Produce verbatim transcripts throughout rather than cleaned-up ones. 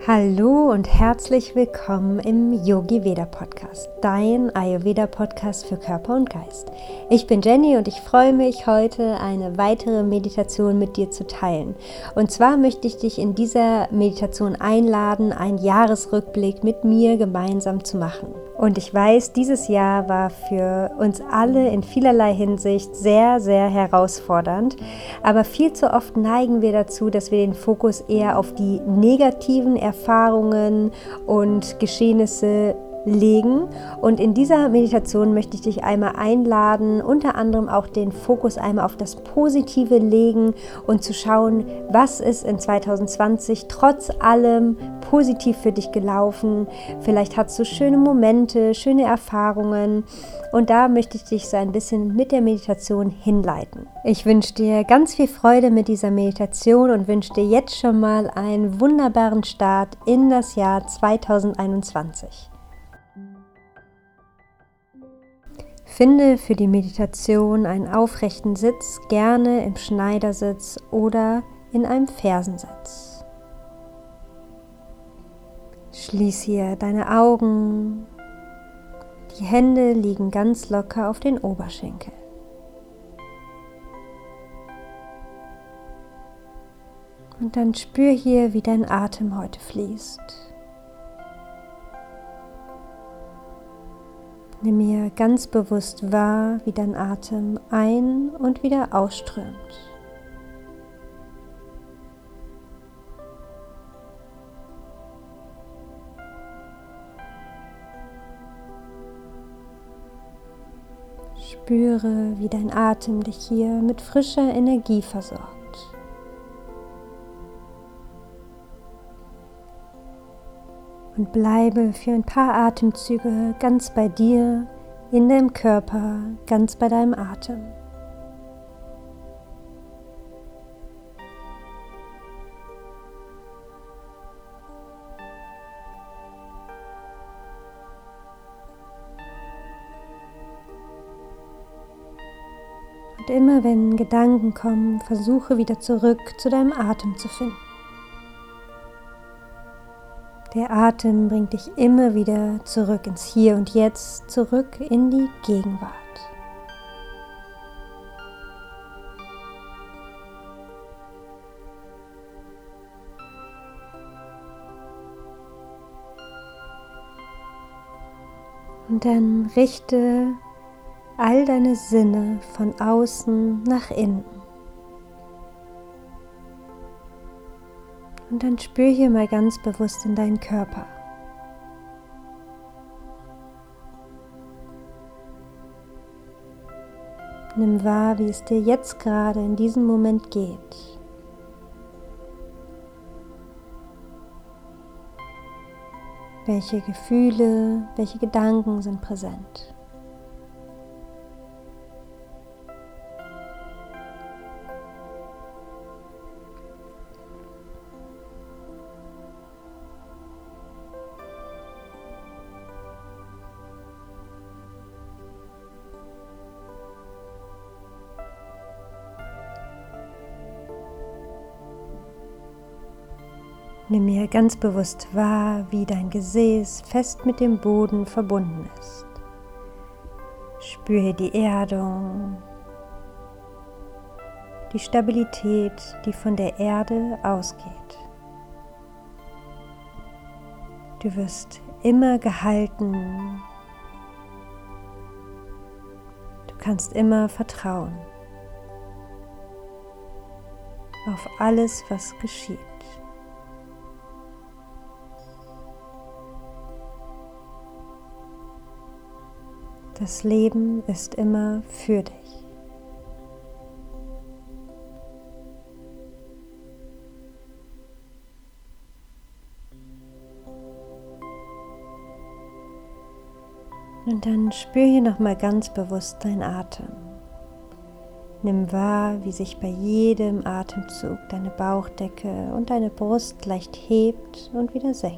Hallo und herzlich willkommen im Yogi Veda Podcast, dein Ayurveda Podcast für Körper und Geist. Ich bin Jenny und ich freue mich, heute eine weitere Meditation mit dir zu teilen. Und zwar möchte ich dich in dieser Meditation einladen, einen Jahresrückblick mit mir gemeinsam zu machen. Und ich weiß, dieses Jahr war für uns alle in vielerlei Hinsicht sehr, sehr herausfordernd. Aber viel zu oft neigen wir dazu, dass wir den Fokus eher auf die negativen Erfahrungen und Geschehnisse legen. Und in dieser Meditation möchte ich dich einmal einladen, unter anderem auch den Fokus einmal auf das Positive legen und zu schauen, was ist in zwanzig zwanzig trotz allem positiv für dich gelaufen. Vielleicht hast du schöne Momente, schöne Erfahrungen und da möchte ich dich so ein bisschen mit der Meditation hinleiten. Ich wünsche dir ganz viel Freude mit dieser Meditation und wünsche dir jetzt schon mal einen wunderbaren Start in das Jahr zwanzig einundzwanzig. Finde für die Meditation einen aufrechten Sitz, gerne im Schneidersitz oder in einem Fersensitz. Schließ hier deine Augen, die Hände liegen ganz locker auf den Oberschenkeln. Und dann spür hier, wie dein Atem heute fließt. Nimm mir ganz bewusst wahr, wie dein Atem ein- und wieder ausströmt. Spüre, wie dein Atem dich hier mit frischer Energie versorgt. Und bleibe für ein paar Atemzüge ganz bei dir, in deinem Körper, ganz bei deinem Atem. Und immer wenn Gedanken kommen, versuche wieder zurück zu deinem Atem zu finden. Der Atem bringt dich immer wieder zurück ins Hier und Jetzt, zurück in die Gegenwart. Und dann richte all deine Sinne von außen nach innen. Und dann spür hier mal ganz bewusst in deinen Körper. Nimm wahr, wie es dir jetzt gerade in diesem Moment geht. Welche Gefühle, welche Gedanken sind präsent? Nimm mir ganz bewusst wahr, wie dein Gesäß fest mit dem Boden verbunden ist. Spüre die Erdung, die Stabilität, die von der Erde ausgeht. Du wirst immer gehalten. Du kannst immer vertrauen auf alles, was geschieht. Das Leben ist immer für dich. Und dann spür hier nochmal ganz bewusst deinen Atem. Nimm wahr, wie sich bei jedem Atemzug deine Bauchdecke und deine Brust leicht hebt und wieder senkt.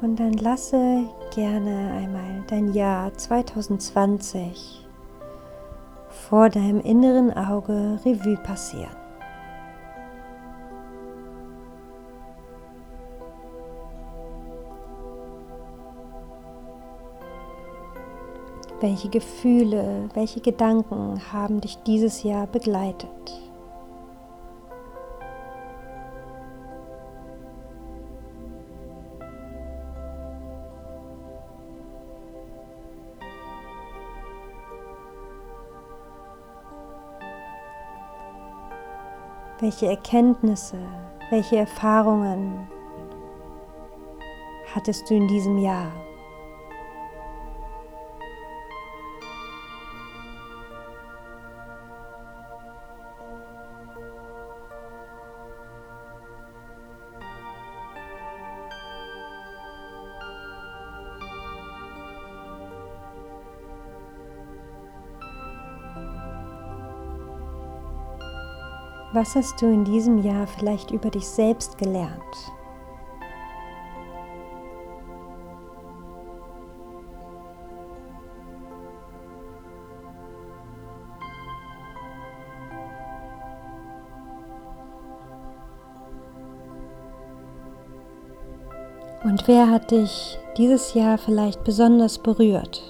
Und dann lasse gerne einmal dein Jahr zwanzig zwanzig vor deinem inneren Auge Revue passieren. Welche Gefühle, welche Gedanken haben dich dieses Jahr begleitet? Welche Erkenntnisse, welche Erfahrungen hattest du in diesem Jahr? Was hast du in diesem Jahr vielleicht über dich selbst gelernt? Und wer hat dich dieses Jahr vielleicht besonders berührt?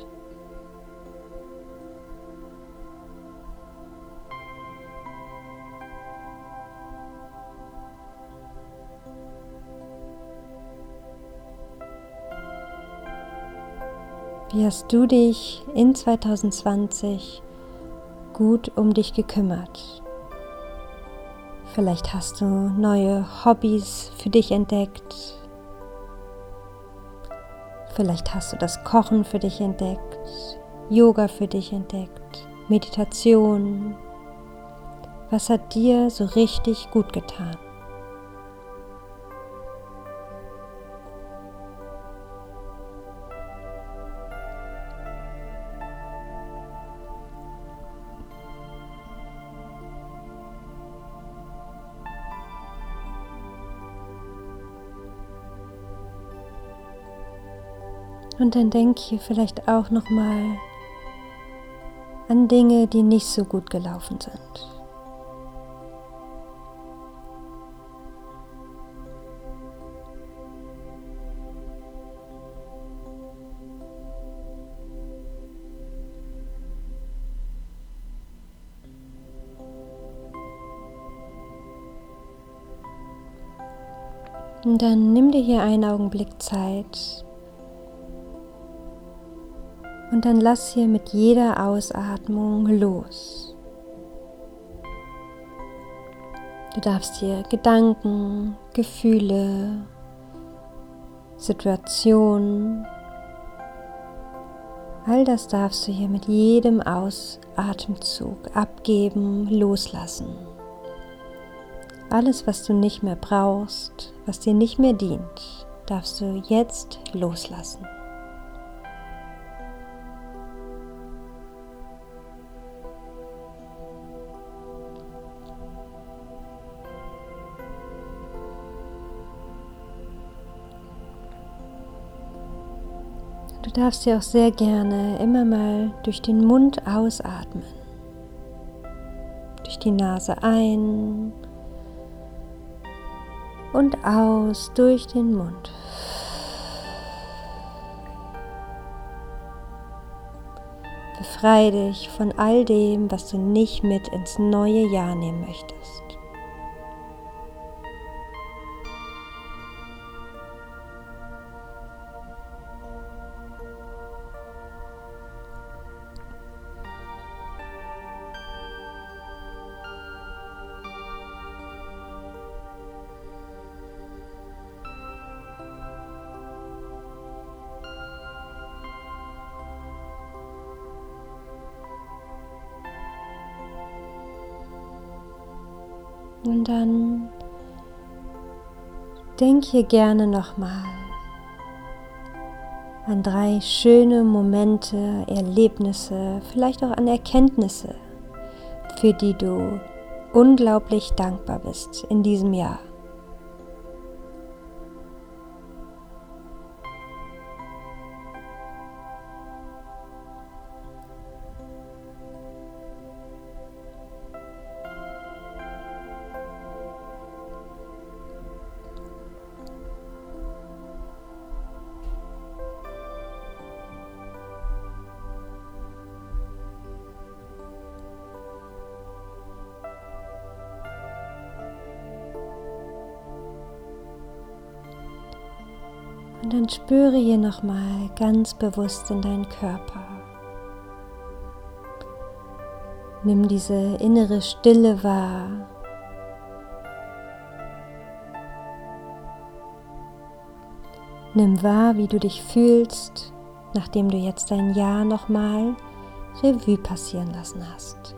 Wie hast du dich in zwanzig zwanzig gut um dich gekümmert? Vielleicht hast du neue Hobbys für dich entdeckt. Vielleicht hast du das Kochen für dich entdeckt, Yoga für dich entdeckt, Meditation. Was hat dir so richtig gut getan? Und dann denk hier vielleicht auch nochmal an Dinge, die nicht so gut gelaufen sind. Und dann nimm dir hier einen Augenblick Zeit. Und dann lass hier mit jeder Ausatmung los. Du darfst hier Gedanken, Gefühle, Situationen, all das darfst du hier mit jedem Ausatemzug abgeben, loslassen. Alles, was du nicht mehr brauchst, was dir nicht mehr dient, darfst du jetzt loslassen. Du darfst dir auch sehr gerne immer mal durch den Mund ausatmen. Durch die Nase ein und aus durch den Mund. Befreie dich von all dem, was du nicht mit ins neue Jahr nehmen möchtest. Und dann denk hier gerne nochmal an drei schöne Momente, Erlebnisse, vielleicht auch an Erkenntnisse, für die du unglaublich dankbar bist in diesem Jahr. Und dann spüre hier nochmal ganz bewusst in deinen Körper. Nimm diese innere Stille wahr. Nimm wahr, wie du dich fühlst, nachdem du jetzt dein Jahr nochmal Revue passieren lassen hast.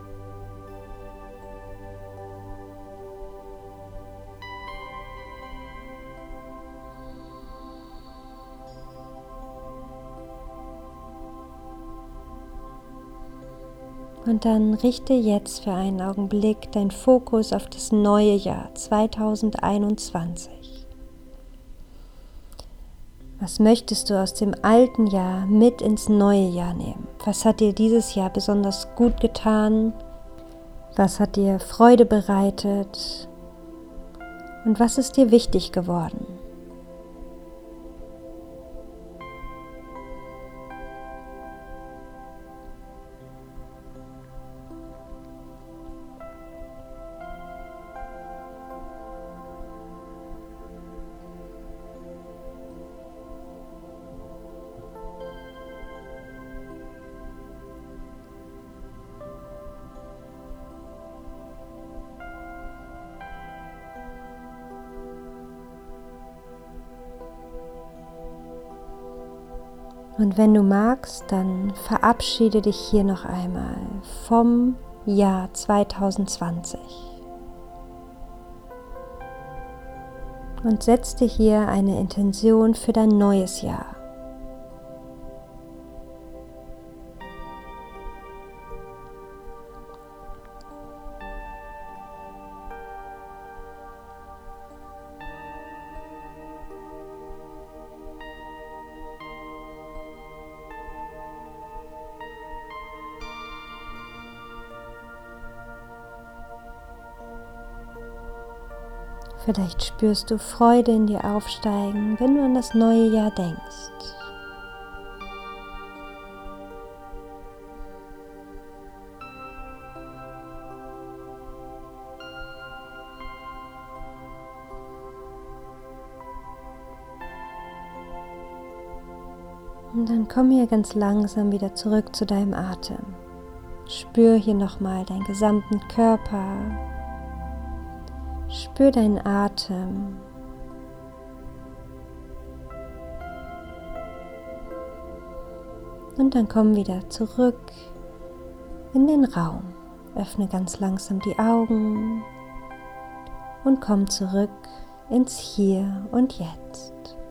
Und dann richte jetzt für einen Augenblick deinen Fokus auf das neue Jahr zweitausendeinundzwanzig. Was möchtest du aus dem alten Jahr mit ins neue Jahr nehmen? Was hat dir dieses Jahr besonders gut getan? Was hat dir Freude bereitet? Und was ist dir wichtig geworden? Und wenn du magst, dann verabschiede dich hier noch einmal vom Jahr zweitausendzwanzig und setz dir hier eine Intention für dein neues Jahr. Vielleicht spürst du Freude in dir aufsteigen, wenn du an das neue Jahr denkst. Und dann komm hier ganz langsam wieder zurück zu deinem Atem. Spür hier nochmal deinen gesamten Körper. Spür deinen Atem. Und dann komm wieder zurück in den Raum. Öffne ganz langsam die Augen und komm zurück ins Hier und Jetzt.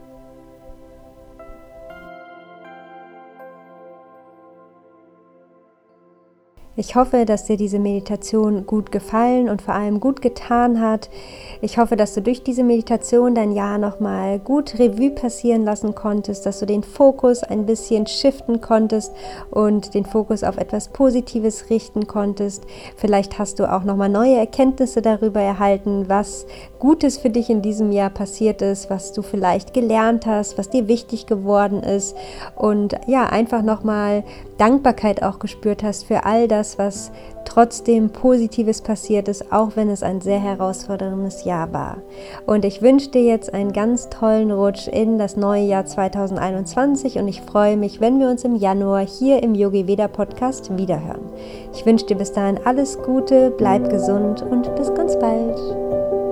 Ich hoffe, dass dir diese Meditation gut gefallen und vor allem gut getan hat. Ich hoffe, dass du durch diese Meditation dein Jahr nochmal gut Revue passieren lassen konntest, dass du den Fokus ein bisschen shiften konntest und den Fokus auf etwas Positives richten konntest. Vielleicht hast du auch nochmal neue Erkenntnisse darüber erhalten, was Gutes für dich in diesem Jahr passiert ist, was du vielleicht gelernt hast, was dir wichtig geworden ist und ja, einfach nochmal Dankbarkeit auch gespürt hast für all das, was trotzdem Positives passiert ist, auch wenn es ein sehr herausforderndes Jahr war. Und ich wünsche dir jetzt einen ganz tollen Rutsch in das neue Jahr zweitausendeinundzwanzig und ich freue mich, wenn wir uns im Januar hier im Yogi Veda Podcast wiederhören. Ich wünsche dir bis dahin alles Gute, bleib gesund und bis ganz bald.